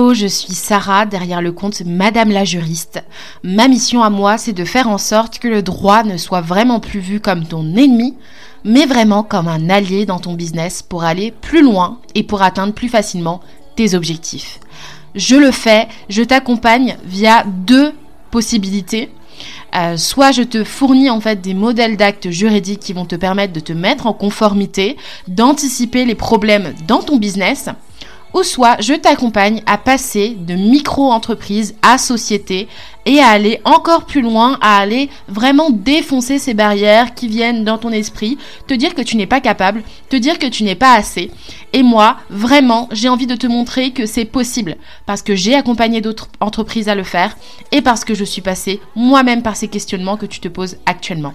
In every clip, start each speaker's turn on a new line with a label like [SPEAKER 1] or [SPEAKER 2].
[SPEAKER 1] Hello, je suis Sarah, derrière le compte Madame la Juriste. Ma mission à moi, c'est de faire en sorte que le droit ne soit vraiment plus vu comme ton ennemi, mais vraiment comme un allié dans ton business pour aller plus loin et pour atteindre plus facilement tes objectifs. Je le fais, je t'accompagne via 2 possibilités. Soit je te fournis en fait des modèles d'actes juridiques qui vont te permettre de te mettre en conformité, d'anticiper les problèmes dans ton business, ou soit je t'accompagne à passer de micro-entreprise à société et à aller encore plus loin, à aller vraiment défoncer ces barrières qui viennent dans ton esprit, te dire que tu n'es pas capable, te dire que tu n'es pas assez. Et moi, vraiment, j'ai envie de te montrer que c'est possible parce que j'ai accompagné d'autres entreprises à le faire et parce que je suis passée moi-même par ces questionnements que tu te poses actuellement.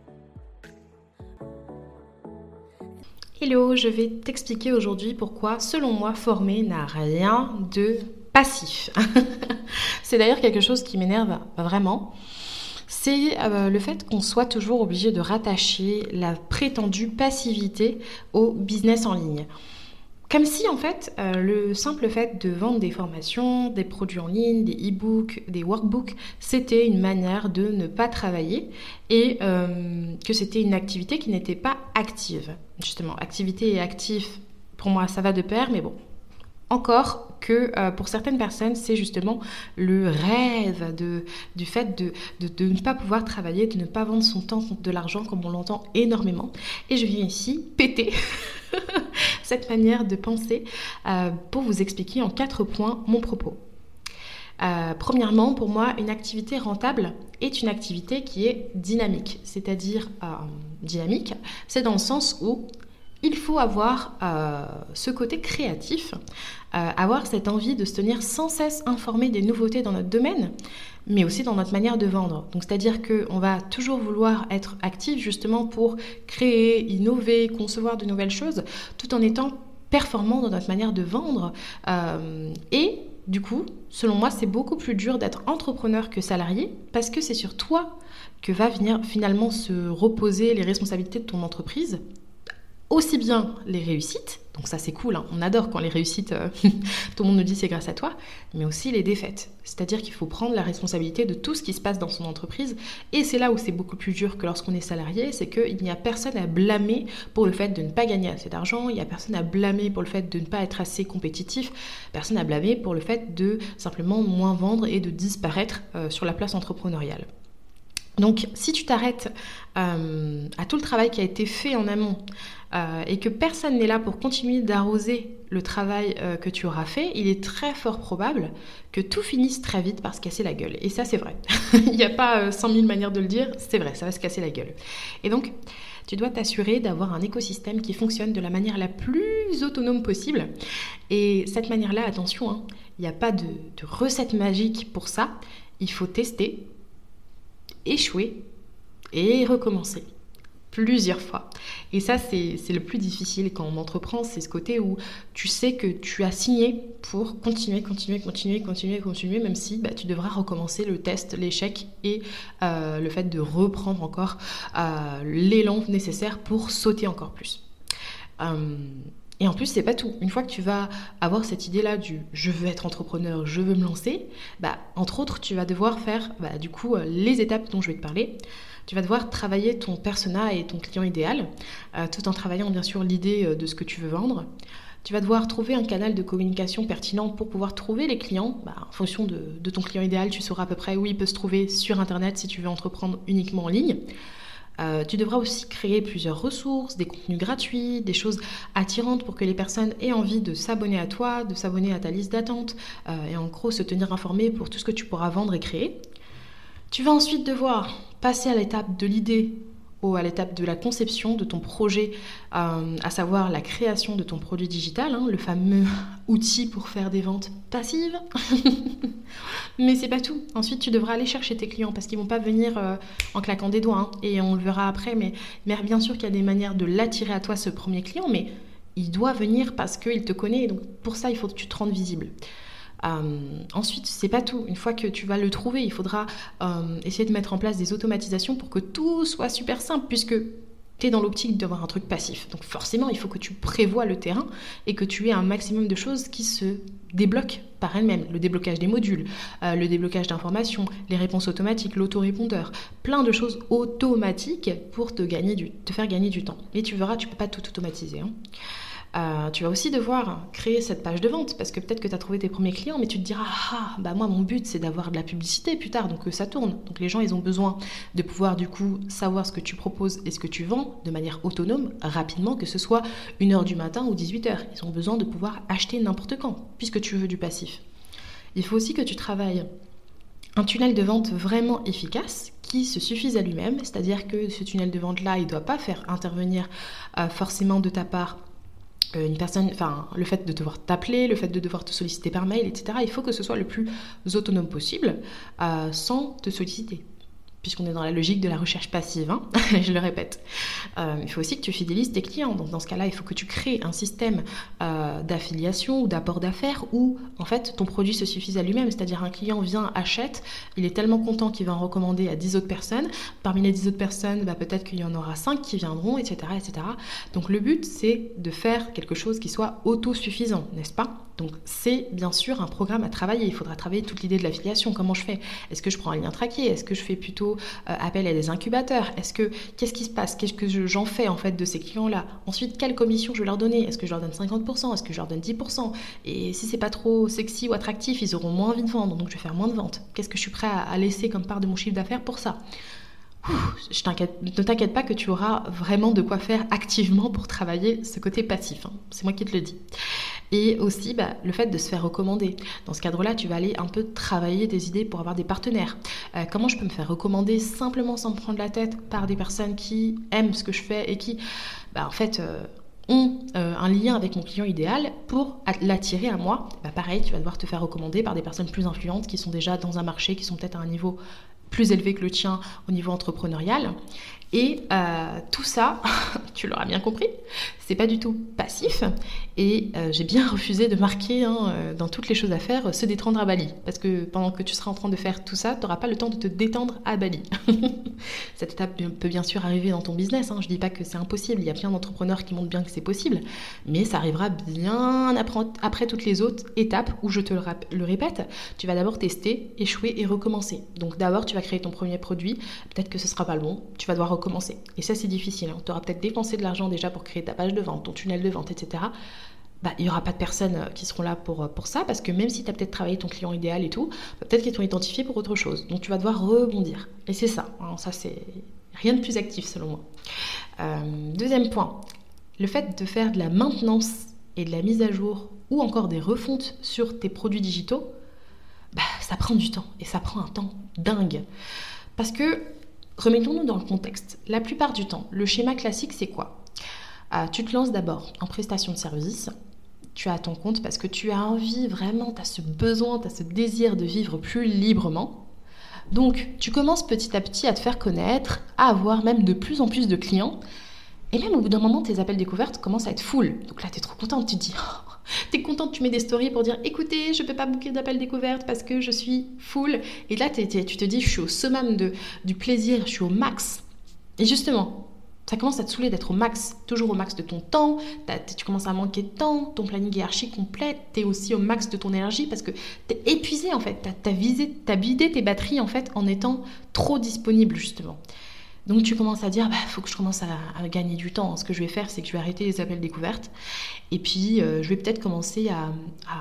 [SPEAKER 1] Hello, je vais t'expliquer aujourd'hui pourquoi, selon moi, former n'a rien de passif. C'est d'ailleurs quelque chose qui m'énerve vraiment. C'est le fait qu'on soit toujours obligé de rattacher la prétendue passivité au business en ligne. Comme si en fait, le simple fait de vendre des formations, des produits en ligne, des e-books, des workbooks, c'était une manière de ne pas travailler et que c'était une activité qui n'était pas active. Justement, activité et actif, pour moi, ça va de pair, mais bon. Encore que pour certaines personnes, c'est justement le rêve du fait de ne pas pouvoir travailler, de ne pas vendre son temps contre de l'argent comme on l'entend énormément. Et je viens ici péter cette manière de penser pour vous expliquer en 4 points mon propos. Premièrement, pour moi, une activité rentable est une activité qui est dynamique. C'est-à-dire, dynamique, c'est dans le sens où il faut avoir ce côté créatif, avoir cette envie de se tenir sans cesse informé des nouveautés dans notre domaine, mais aussi dans notre manière de vendre. Donc, c'est-à-dire qu'on va toujours vouloir être actif justement pour créer, innover, concevoir de nouvelles choses, tout en étant performant dans notre manière de vendre. Et du coup, selon moi, c'est beaucoup plus dur d'être entrepreneur que salarié parce que c'est sur toi que va venir finalement se reposer les responsabilités de ton entreprise. Aussi bien les réussites, donc ça c'est cool, hein, on adore quand les réussites, tout le monde nous dit c'est grâce à toi, mais aussi les défaites. C'est-à-dire qu'il faut prendre la responsabilité de tout ce qui se passe dans son entreprise, et c'est là où c'est beaucoup plus dur que lorsqu'on est salarié, c'est qu'il n'y a personne à blâmer pour le fait de ne pas gagner assez d'argent, il n'y a personne à blâmer pour le fait de ne pas être assez compétitif, personne à blâmer pour le fait de simplement moins vendre et de disparaître sur la place entrepreneuriale. Donc, si tu t'arrêtes à tout le travail qui a été fait en amont et que personne n'est là pour continuer d'arroser le travail que tu auras fait, il est très fort probable que tout finisse très vite par se casser la gueule. Et ça, c'est vrai. Il n'y a pas 100 000 manières de le dire, c'est vrai, ça va se casser la gueule. Et donc, tu dois t'assurer d'avoir un écosystème qui fonctionne de la manière la plus autonome possible. Et cette manière-là, attention, hein, il n'y a pas de recette magique pour ça. Il faut tester, échouer et recommencer plusieurs fois. Et ça, c'est le plus difficile quand on entreprend, c'est ce côté où tu sais que tu as signé pour continuer, même si tu devras recommencer le test, l'échec et le fait de reprendre encore l'élan nécessaire pour sauter encore plus. Et en plus, c'est pas tout. Une fois que tu vas avoir cette idée-là du « je veux être entrepreneur, je veux me lancer », entre autres, tu vas devoir faire les étapes dont je vais te parler. Tu vas devoir travailler ton persona et ton client idéal, tout en travaillant bien sûr l'idée de ce que tu veux vendre. Tu vas devoir trouver un canal de communication pertinent pour pouvoir trouver les clients. En fonction de ton client idéal, tu sauras à peu près où il peut se trouver sur Internet si tu veux entreprendre uniquement en ligne. Tu devras aussi créer plusieurs ressources, des contenus gratuits, des choses attirantes pour que les personnes aient envie de s'abonner à toi, de s'abonner à ta liste d'attente et en gros se tenir informées pour tout ce que tu pourras vendre et créer. Tu vas ensuite devoir passer à l'étape de l'idée ou à l'étape de la conception de ton projet, à savoir la création de ton produit digital, le fameux outil pour faire des ventes passives. Mais c'est pas tout. Ensuite, tu devras aller chercher tes clients parce qu'ils vont pas venir en claquant des doigts. Et on le verra après, mais bien sûr qu'il y a des manières de l'attirer à toi, ce premier client, mais il doit venir parce qu'il te connaît. Donc pour ça, il faut que tu te rendes visible. Ensuite, c'est pas tout. Une fois que tu vas le trouver, il faudra essayer de mettre en place des automatisations pour que tout soit super simple, puisque tu es dans l'optique d'avoir un truc passif. Donc forcément, il faut que tu prévois le terrain et que tu aies un maximum de choses qui se débloquent par elles-mêmes. Le déblocage des modules, le déblocage d'informations, les réponses automatiques, l'autorépondeur, plein de choses automatiques pour te faire gagner du temps. Mais tu verras, tu ne peux pas tout automatiser. Tu vas aussi devoir créer cette page de vente parce que peut-être que tu as trouvé tes premiers clients, mais tu te diras moi mon but c'est d'avoir de la publicité plus tard, donc ça tourne. Donc les gens ils ont besoin de pouvoir du coup savoir ce que tu proposes et ce que tu vends de manière autonome, rapidement, que ce soit 1h du matin ou 18h. Ils ont besoin de pouvoir acheter n'importe quand puisque tu veux du passif. Il faut aussi que tu travailles un tunnel de vente vraiment efficace qui se suffise à lui-même, c'est-à-dire que ce tunnel de vente là il ne doit pas faire intervenir forcément de ta part une personne, le fait de devoir t'appeler, le fait de devoir te solliciter par mail, etc. Il faut que ce soit le plus autonome possible sans te solliciter. Puisqu'on est dans la logique de la recherche passive, je le répète. Il faut aussi que tu fidélises tes clients. Donc dans ce cas-là, il faut que tu crées un système d'affiliation ou d'apport d'affaires où en fait ton produit se suffise à lui-même. C'est-à-dire un client vient, achète, il est tellement content qu'il va en recommander à 10 autres personnes. Parmi les 10 autres personnes, peut-être qu'il y en aura 5 qui viendront, etc., etc. Donc le but, c'est de faire quelque chose qui soit autosuffisant, n'est-ce pas ? Donc c'est bien sûr un programme à travailler. Il faudra travailler toute l'idée de l'affiliation. Comment je fais ? Est-ce que je prends un lien traqué ? Est-ce que je fais plutôt appel à des incubateurs ? Qu'est-ce qui se passe ? Qu'est-ce que j'en fais en fait de ces clients-là ? Ensuite, quelle commission je vais leur donner ? Est-ce que je leur donne 50% ? Est-ce que je leur donne 10% ? Et si c'est pas trop sexy ou attractif, ils auront moins envie de vendre, donc je vais faire moins de ventes. Qu'est-ce que je suis prêt à laisser comme part de mon chiffre d'affaires pour ça ? Ne t'inquiète pas que tu auras vraiment de quoi faire activement pour travailler ce côté passif. C'est moi qui te le dis. Et aussi le fait de se faire recommander. Dans ce cadre-là, tu vas aller un peu travailler tes idées pour avoir des partenaires. Comment je peux me faire recommander simplement sans me prendre la tête par des personnes qui aiment ce que je fais et qui ont un lien avec mon client idéal pour l'attirer à moi. Pareil, tu vas devoir te faire recommander par des personnes plus influentes qui sont déjà dans un marché, qui sont peut-être à un niveau plus élevé que le tien au niveau entrepreneurial. Et tout ça, tu l'auras bien compris, c'est pas du tout passif. Et j'ai bien refusé de marquer dans toutes les choses à faire se détendre à Bali. Parce que pendant que tu seras en train de faire tout ça, tu n'auras pas le temps de te détendre à Bali. Cette étape peut bien sûr arriver dans ton business. Je dis pas que c'est impossible. Il y a plein d'entrepreneurs qui montrent bien que c'est possible. Mais ça arrivera bien après toutes les autres étapes où, je te le répète, tu vas d'abord tester, échouer et recommencer. Donc d'abord, tu vas créer ton premier produit. Peut-être que ce sera pas le bon. Tu vas devoir recommencer. Et ça, c'est difficile. Tu auras peut-être dépensé de l'argent déjà pour créer ta page de vente, ton tunnel de vente, etc. Il n'y aura pas de personnes qui seront là pour ça, parce que même si tu as peut-être travaillé ton client idéal et tout, peut-être qu'ils t'ont identifié pour autre chose. Donc tu vas devoir rebondir. Et c'est ça. Ça, c'est rien de plus actif selon moi. Deuxième point, le fait de faire de la maintenance et de la mise à jour ou encore des refontes sur tes produits digitaux, ça prend du temps. Et ça prend un temps dingue. Parce que, remettons-nous dans le contexte. La plupart du temps, le schéma classique, c'est quoi ? Tu te lances d'abord en prestation de service. Tu as ton compte parce que tu as envie, vraiment, tu as ce besoin, tu as ce désir de vivre plus librement. Donc, tu commences petit à petit à te faire connaître, à avoir même de plus en plus de clients. Et même au bout d'un moment, tes appels découvertes commencent à être full. Donc là, tu es trop contente, tu te dis... T'es contente, tu mets des stories pour dire écoutez, je peux pas booker d'appel découverte parce que je suis full. Et là, tu te dis je suis au summum du plaisir, je suis au max. Et justement, ça commence à te saouler d'être au max, toujours au max de ton temps. Tu commences à manquer de temps, ton planning est archi complet. T'es aussi au max de ton énergie parce que t'es épuisé en fait. T'as vidé tes batteries en fait en étant trop disponible justement. Donc tu commences à dire, faut que je commence à gagner du temps. Ce que je vais faire, c'est que je vais arrêter les appels découvertes. Et puis, je vais peut-être commencer à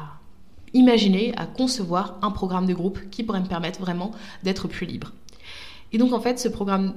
[SPEAKER 1] imaginer, à concevoir un programme de groupe qui pourrait me permettre vraiment d'être plus libre. Et donc, en fait, ce programme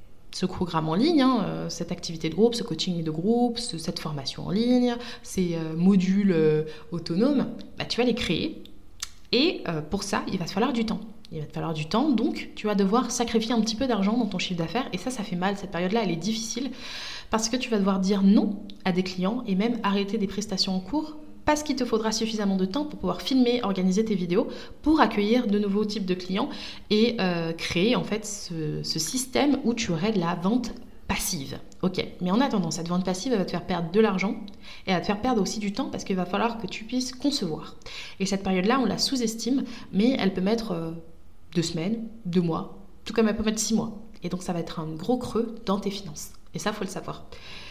[SPEAKER 1] en ligne, cette activité de groupe, ce coaching de groupe, cette formation en ligne, ces modules autonomes, tu vas les créer. Et pour ça, il va te falloir du temps. Il va te falloir du temps, donc tu vas devoir sacrifier un petit peu d'argent dans ton chiffre d'affaires. Et ça fait mal. Cette période-là, elle est difficile parce que tu vas devoir dire non à des clients et même arrêter des prestations en cours parce qu'il te faudra suffisamment de temps pour pouvoir filmer, organiser tes vidéos, pour accueillir de nouveaux types de clients et créer en fait ce système où tu aurais de la vente passive. Ok, mais en attendant, cette vente passive, elle va te faire perdre de l'argent et elle va te faire perdre aussi du temps parce qu'il va falloir que tu puisses concevoir. Et cette période-là, on la sous-estime, mais elle peut mettre 2 semaines, 2 mois, tout comme elle peut mettre 6 mois. Et donc, ça va être un gros creux dans tes finances. Et ça, il faut le savoir.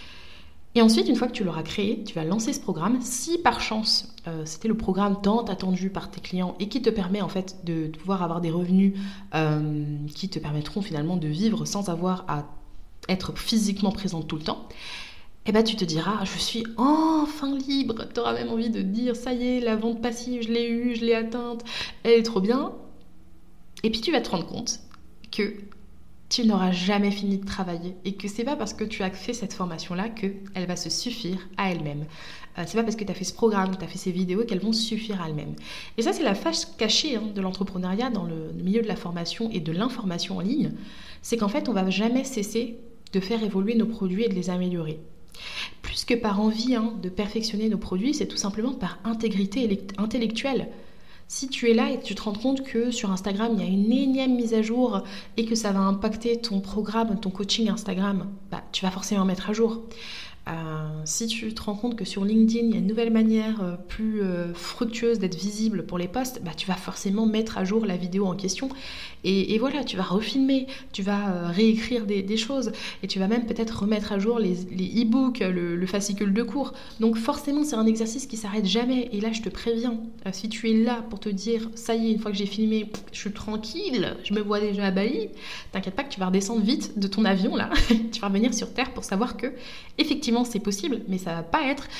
[SPEAKER 1] Et ensuite, une fois que tu l'auras créé, tu vas lancer ce programme. Si par chance, c'était le programme tant attendu par tes clients et qui te permet en fait de pouvoir avoir des revenus qui te permettront finalement de vivre sans avoir à être physiquement présente tout le temps, et ben tu te diras, je suis enfin libre. Tu auras même envie de dire, ça y est, la vente passive, je l'ai eue, je l'ai atteinte, elle est trop bien. Et puis tu vas te rendre compte que tu n'auras jamais fini de travailler et que c'est pas parce que tu as fait cette formation-là qu'elle va se suffire à elle-même. C'est pas parce que tu as fait ce programme, que tu as fait ces vidéos qu'elles vont suffire à elles-mêmes. Et ça, c'est la face cachée de l'entrepreneuriat dans le milieu de la formation et de l'information en ligne. C'est qu'en fait, on va jamais cesser de faire évoluer nos produits et de les améliorer. Plus que par envie de perfectionner nos produits, c'est tout simplement par intégrité intellectuelle. Si tu es là et que tu te rends compte que sur Instagram, il y a une énième mise à jour et que ça va impacter ton programme, ton coaching Instagram, tu vas forcément mettre à jour. Si tu te rends compte que sur LinkedIn, il y a une nouvelle manière plus fructueuse d'être visible pour les posts, tu vas forcément mettre à jour la vidéo en question. Et voilà, tu vas refilmer, tu vas réécrire des choses et tu vas même peut-être remettre à jour les e-books, le fascicule de cours. Donc forcément, c'est un exercice qui s'arrête jamais. Et là, je te préviens, si tu es là pour te dire, ça y est, une fois que j'ai filmé, je suis tranquille, je me vois déjà à Bali, t'inquiète pas que tu vas redescendre vite de ton avion là, tu vas revenir sur Terre pour savoir que effectivement, c'est possible, mais ça va pas être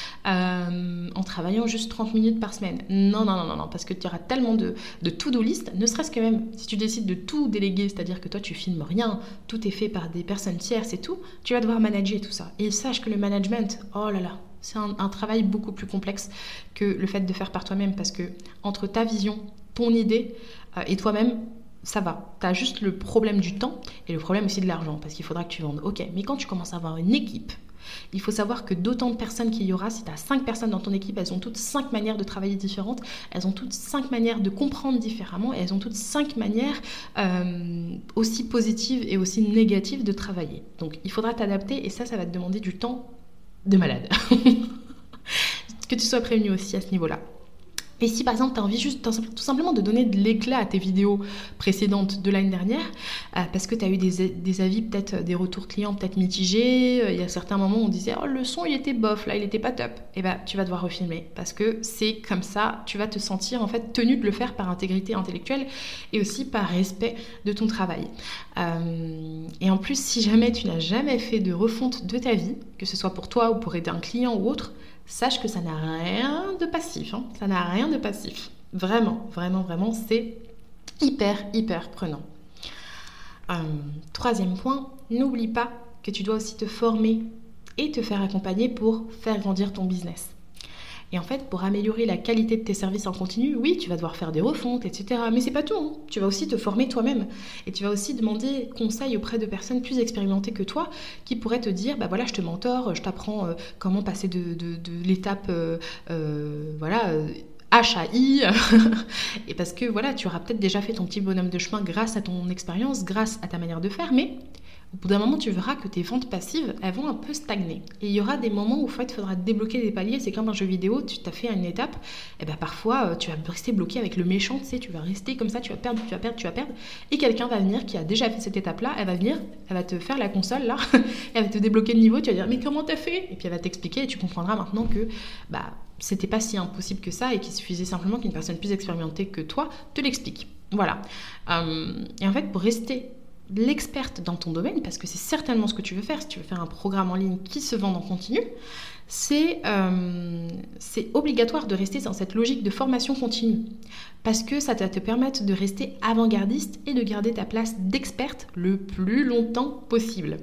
[SPEAKER 1] en travaillant juste 30 minutes par semaine. Non, parce que tu auras tellement de to-do list, ne serait-ce que même si tu décides de tout déléguer, c'est-à-dire que toi tu filmes rien, tout est fait par des personnes tierces et tout, tu vas devoir manager tout ça. Et sache que le management, oh là là, c'est un travail beaucoup plus complexe que le fait de faire par toi-même, parce que entre ta vision, ton idée et toi-même, ça va. Tu as juste le problème du temps et le problème aussi de l'argent, parce qu'il faudra que tu vendes. Ok, mais quand tu commences à avoir une équipe, il faut savoir que d'autant de personnes qu'il y aura, si tu as 5 personnes dans ton équipe, elles ont toutes 5 manières de travailler différentes, elles ont toutes 5 manières de comprendre différemment, et elles ont toutes 5 manières aussi positives et aussi négatives de travailler. Donc il faudra t'adapter, et ça va te demander du temps de malade. Que tu sois prévenu aussi à ce niveau-là. Et si par exemple tu as envie juste tout simplement de donner de l'éclat à tes vidéos précédentes de l'année dernière, parce que tu as eu des avis, peut-être des retours clients peut-être mitigés, il y a certains moments où on disait oh le son il était bof, là il était pas top, et tu vas devoir refilmer, parce que c'est comme ça, tu vas te sentir en fait tenu de le faire par intégrité intellectuelle et aussi par respect de ton travail. Et en plus, si jamais tu n'as jamais fait de refonte de ta vie, que ce soit pour toi ou pour aider un client ou autre, sache que ça n'a rien de passif. Ça n'a rien de passif. Vraiment, c'est hyper prenant. Troisième point, n'oublie pas que tu dois aussi te former et te faire accompagner pour faire grandir ton business. Et en fait, pour améliorer la qualité de tes services en continu, oui, tu vas devoir faire des refontes, etc. Mais c'est pas tout. Tu vas aussi te former toi-même. Et tu vas aussi demander conseil auprès de personnes plus expérimentées que toi qui pourraient te dire, voilà, je te mentore, je t'apprends comment passer de l'étape, H à I. Et parce que voilà, tu auras peut-être déjà fait ton petit bonhomme de chemin grâce à ton expérience, grâce à ta manière de faire, mais au bout d'un moment, tu verras que tes ventes passives, elles vont un peu stagner. Et il y aura des moments où il faudra débloquer des paliers. C'est comme un jeu vidéo, tu t'as fait une étape, et parfois, tu vas rester bloqué avec le méchant, tu vas rester comme ça, tu vas perdre. Et quelqu'un va venir qui a déjà fait cette étape-là, elle va venir, elle va te faire la console, là, elle va te débloquer le niveau, tu vas dire, mais comment t'as fait ? Et puis elle va t'expliquer, et tu comprendras maintenant que, c'était pas si impossible que ça, et qu'il suffisait simplement qu'une personne plus expérimentée que toi te l'explique. Voilà. Et en fait, pour rester l'experte dans ton domaine, parce que c'est certainement ce que tu veux faire, si tu veux faire un programme en ligne qui se vend en continu, c'est obligatoire de rester dans cette logique de formation continue, parce que ça va te permettre de rester avant-gardiste et de garder ta place d'experte le plus longtemps possible.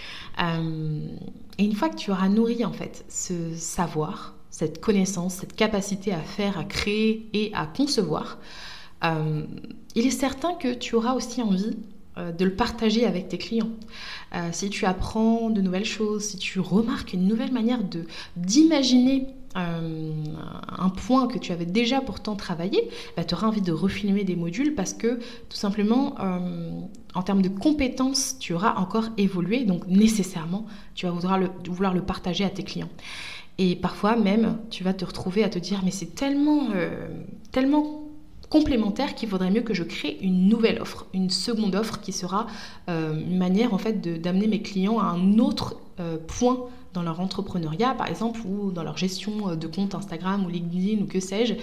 [SPEAKER 1] Et une fois que tu auras nourri en fait ce savoir, cette connaissance, cette capacité à faire, à créer et à concevoir, il est certain que tu auras aussi envie de le partager avec tes clients. Si tu apprends de nouvelles choses, si tu remarques une nouvelle manière d'imaginer un point que tu avais déjà pourtant travaillé, tu auras envie de refilmer des modules parce que tout simplement, en termes de compétences, tu auras encore évolué, donc nécessairement, tu vas vouloir le partager à tes clients. Et parfois même, tu vas te retrouver à te dire, mais c'est tellement complémentaire qu'il vaudrait mieux que je crée une nouvelle offre, une seconde offre qui sera une manière en fait d'amener mes clients à un autre point dans leur entrepreneuriat par exemple ou dans leur gestion de compte Instagram ou LinkedIn ou que sais-je.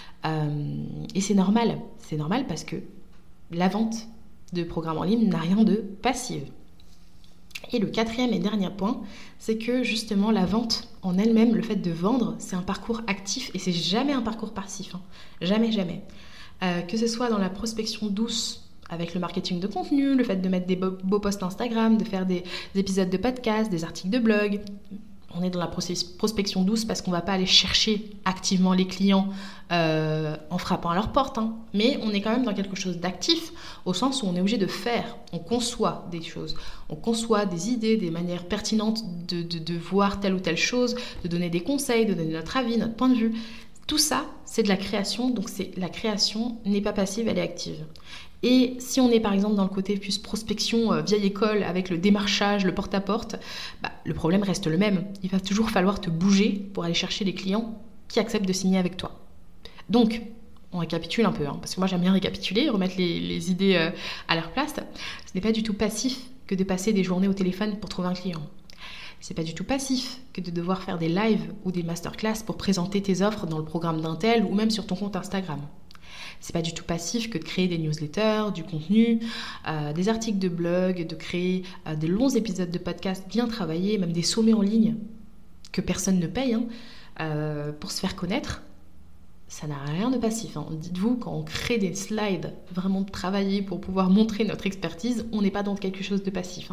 [SPEAKER 1] Et c'est normal parce que la vente de programmes en ligne n'a rien de passif. Et le quatrième et dernier point, c'est que justement la vente en elle-même, le fait de vendre, c'est un parcours actif et c'est jamais un parcours passif. Jamais. Que ce soit dans la prospection douce avec le marketing de contenu, le fait de mettre des beaux posts Instagram, de faire des épisodes de podcast, des articles de blog. On est dans la prospection douce parce qu'on ne va pas aller chercher activement les clients en frappant à leur porte. Mais on est quand même dans quelque chose d'actif au sens où on est obligé de faire. On conçoit des choses, on conçoit des idées, des manières pertinentes de voir telle ou telle chose, de donner des conseils, de donner notre avis, notre point de vue. Tout ça, c'est de la création. Donc la création n'est pas passive, elle est active. Et si on est par exemple dans le côté plus prospection vieille école avec le démarchage, le porte-à-porte, le problème reste le même. Il va toujours falloir te bouger pour aller chercher les clients qui acceptent de signer avec toi. Donc, on récapitule un peu, parce que moi j'aime bien récapituler, remettre les idées à leur place. Ce n'est pas du tout passif que de passer des journées au téléphone pour trouver un client. C'est pas du tout passif que de devoir faire des lives ou des masterclass pour présenter tes offres dans le programme d'un tel ou même sur ton compte Instagram. C'est pas du tout passif que de créer des newsletters, du contenu, des articles de blog, de créer des longs épisodes de podcast bien travaillés, même des sommets en ligne que personne ne paye pour se faire connaître. Ça n'a rien de passif. Dites-vous, quand on crée des slides vraiment travaillés pour pouvoir montrer notre expertise, on n'est pas dans quelque chose de passif.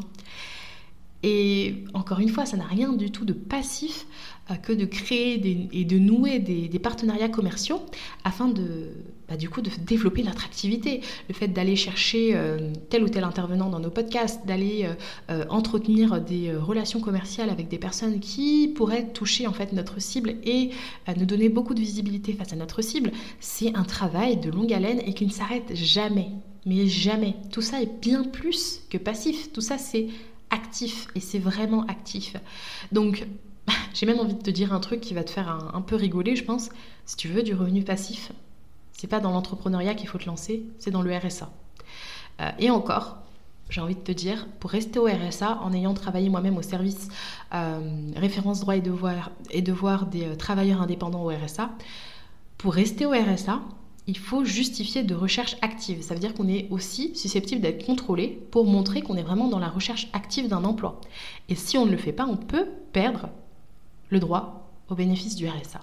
[SPEAKER 1] Et encore une fois, ça n'a rien du tout de passif que de créer et de nouer des partenariats commerciaux afin de développer notre activité. Le fait d'aller chercher tel ou tel intervenant dans nos podcasts, d'aller entretenir des relations commerciales avec des personnes qui pourraient toucher en fait notre cible et nous donner beaucoup de visibilité face à notre cible, c'est un travail de longue haleine et qui ne s'arrête jamais. Mais jamais. Tout ça est bien plus que passif. Tout ça, c'est actif et c'est vraiment actif. Donc j'ai même envie de te dire un truc qui va te faire un peu rigoler, je pense. Si tu veux du revenu passif, c'est pas dans l'entrepreneuriat qu'il faut te lancer, c'est dans le RSA. Et encore, j'ai envie de te dire, pour rester au RSA, en ayant travaillé moi-même au service référence droits et devoirs des travailleurs indépendants au RSA, pour rester au RSA, il faut justifier de recherche active. Ça veut dire qu'on est aussi susceptible d'être contrôlé pour montrer qu'on est vraiment dans la recherche active d'un emploi. Et si on ne le fait pas, on peut perdre le droit au bénéfice du RSA.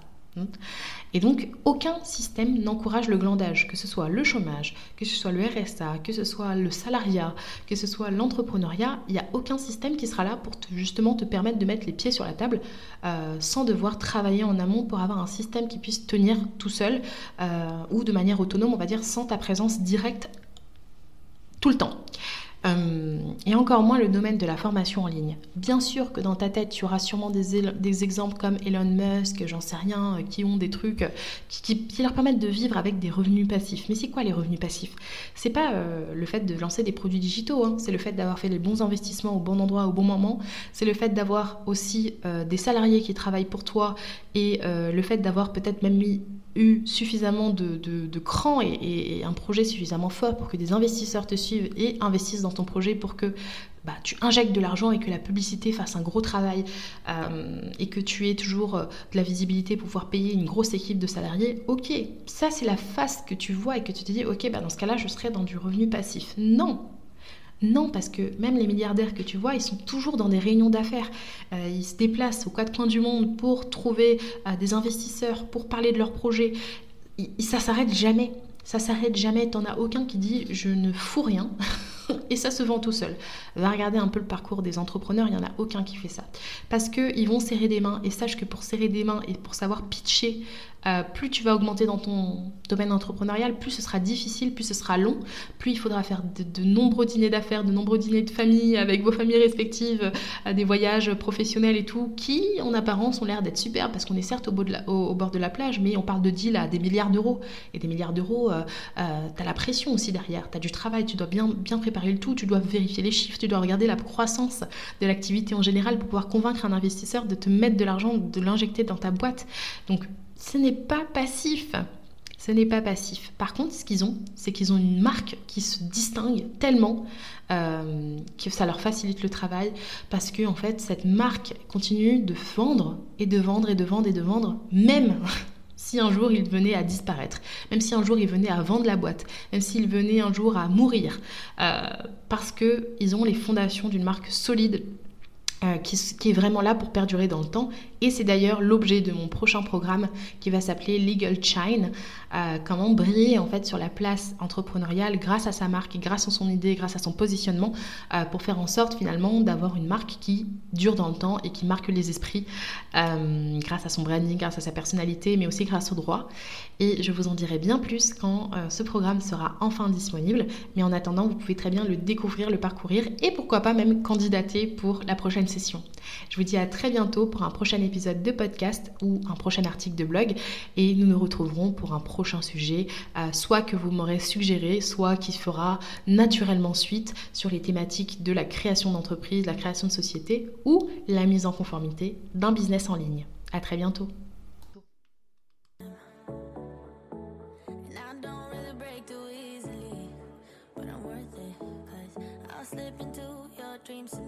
[SPEAKER 1] Et donc, aucun système n'encourage le glandage, que ce soit le chômage, que ce soit le RSA, que ce soit le salariat, que ce soit l'entrepreneuriat. Il n'y a aucun système qui sera là pour justement te permettre de mettre les pieds sur la table sans devoir travailler en amont pour avoir un système qui puisse tenir tout seul ou de manière autonome, on va dire, sans ta présence directe tout le temps. Et encore moins le domaine de la formation en ligne. Bien sûr que dans ta tête, tu auras sûrement des exemples comme Elon Musk, j'en sais rien, qui ont des trucs qui leur permettent de vivre avec des revenus passifs. Mais c'est quoi les revenus passifs ? C'est pas le fait de lancer des produits digitaux, c'est le fait d'avoir fait les bons investissements au bon endroit, au bon moment. C'est le fait d'avoir aussi des salariés qui travaillent pour toi et le fait d'avoir peut-être même eu suffisamment de cran et un projet suffisamment fort pour que des investisseurs te suivent et investissent dans ton projet pour que tu injectes de l'argent et que la publicité fasse un gros travail et que tu aies toujours de la visibilité pour pouvoir payer une grosse équipe de salariés. Ok, ça c'est la face que tu vois et que tu te dis ok, dans ce cas-là je serai dans du revenu passif. Non, parce que même les milliardaires que tu vois, ils sont toujours dans des réunions d'affaires. Ils se déplacent aux quatre coins du monde pour trouver des investisseurs, pour parler de leurs projets. Ça s'arrête jamais. Ça s'arrête jamais. T'en as aucun qui dit « je ne fous rien ». Et ça se vend tout seul. Va regarder un peu le parcours des entrepreneurs, il n'y en a aucun qui fait ça. Parce qu'ils vont serrer des mains. Et sache que pour serrer des mains et pour savoir pitcher, plus tu vas augmenter dans ton domaine entrepreneurial, plus ce sera difficile, plus ce sera long, plus il faudra faire de nombreux dîners d'affaires, de nombreux dîners de famille avec vos familles respectives, des voyages professionnels et tout, qui en apparence ont l'air d'être super parce qu'on est certes au bord de la plage, mais on parle de deals à des milliards d'euros. Et des milliards d'euros, t'as la pression aussi derrière, t'as du travail, tu dois bien préparer le tout, tu dois vérifier les chiffres, tu dois regarder la croissance de l'activité en général pour pouvoir convaincre un investisseur de te mettre de l'argent, de l'injecter dans ta boîte. Donc, ce n'est pas passif. Ce n'est pas passif. Par contre, ce qu'ils ont, c'est qu'ils ont une marque qui se distingue tellement que ça leur facilite le travail parce que en fait, cette marque continue de vendre et de vendre et de vendre et de vendre, même si un jour il venait à disparaître, même si un jour il venait à vendre la boîte, même s'il venait un jour à mourir, parce qu'ils ont les fondations d'une marque solide qui est vraiment là pour perdurer dans le temps. Et c'est d'ailleurs l'objet de mon prochain programme qui va s'appeler Legal Shine. Comment briller en fait sur la place entrepreneuriale grâce à sa marque, grâce à son idée, grâce à son positionnement, pour faire en sorte finalement d'avoir une marque qui dure dans le temps et qui marque les esprits grâce à son branding, grâce à sa personnalité, mais aussi grâce au droit. Et je vous en dirai bien plus quand ce programme sera enfin disponible. Mais en attendant, vous pouvez très bien le découvrir, le parcourir et pourquoi pas même candidater pour la prochaine session. Je vous dis à très bientôt pour un prochain épisode de podcast ou un prochain article de blog et nous nous retrouverons pour un prochain sujet, soit que vous m'aurez suggéré, soit qui fera naturellement suite sur les thématiques de la création d'entreprise, la création de société ou la mise en conformité d'un business en ligne. À très bientôt. Dreams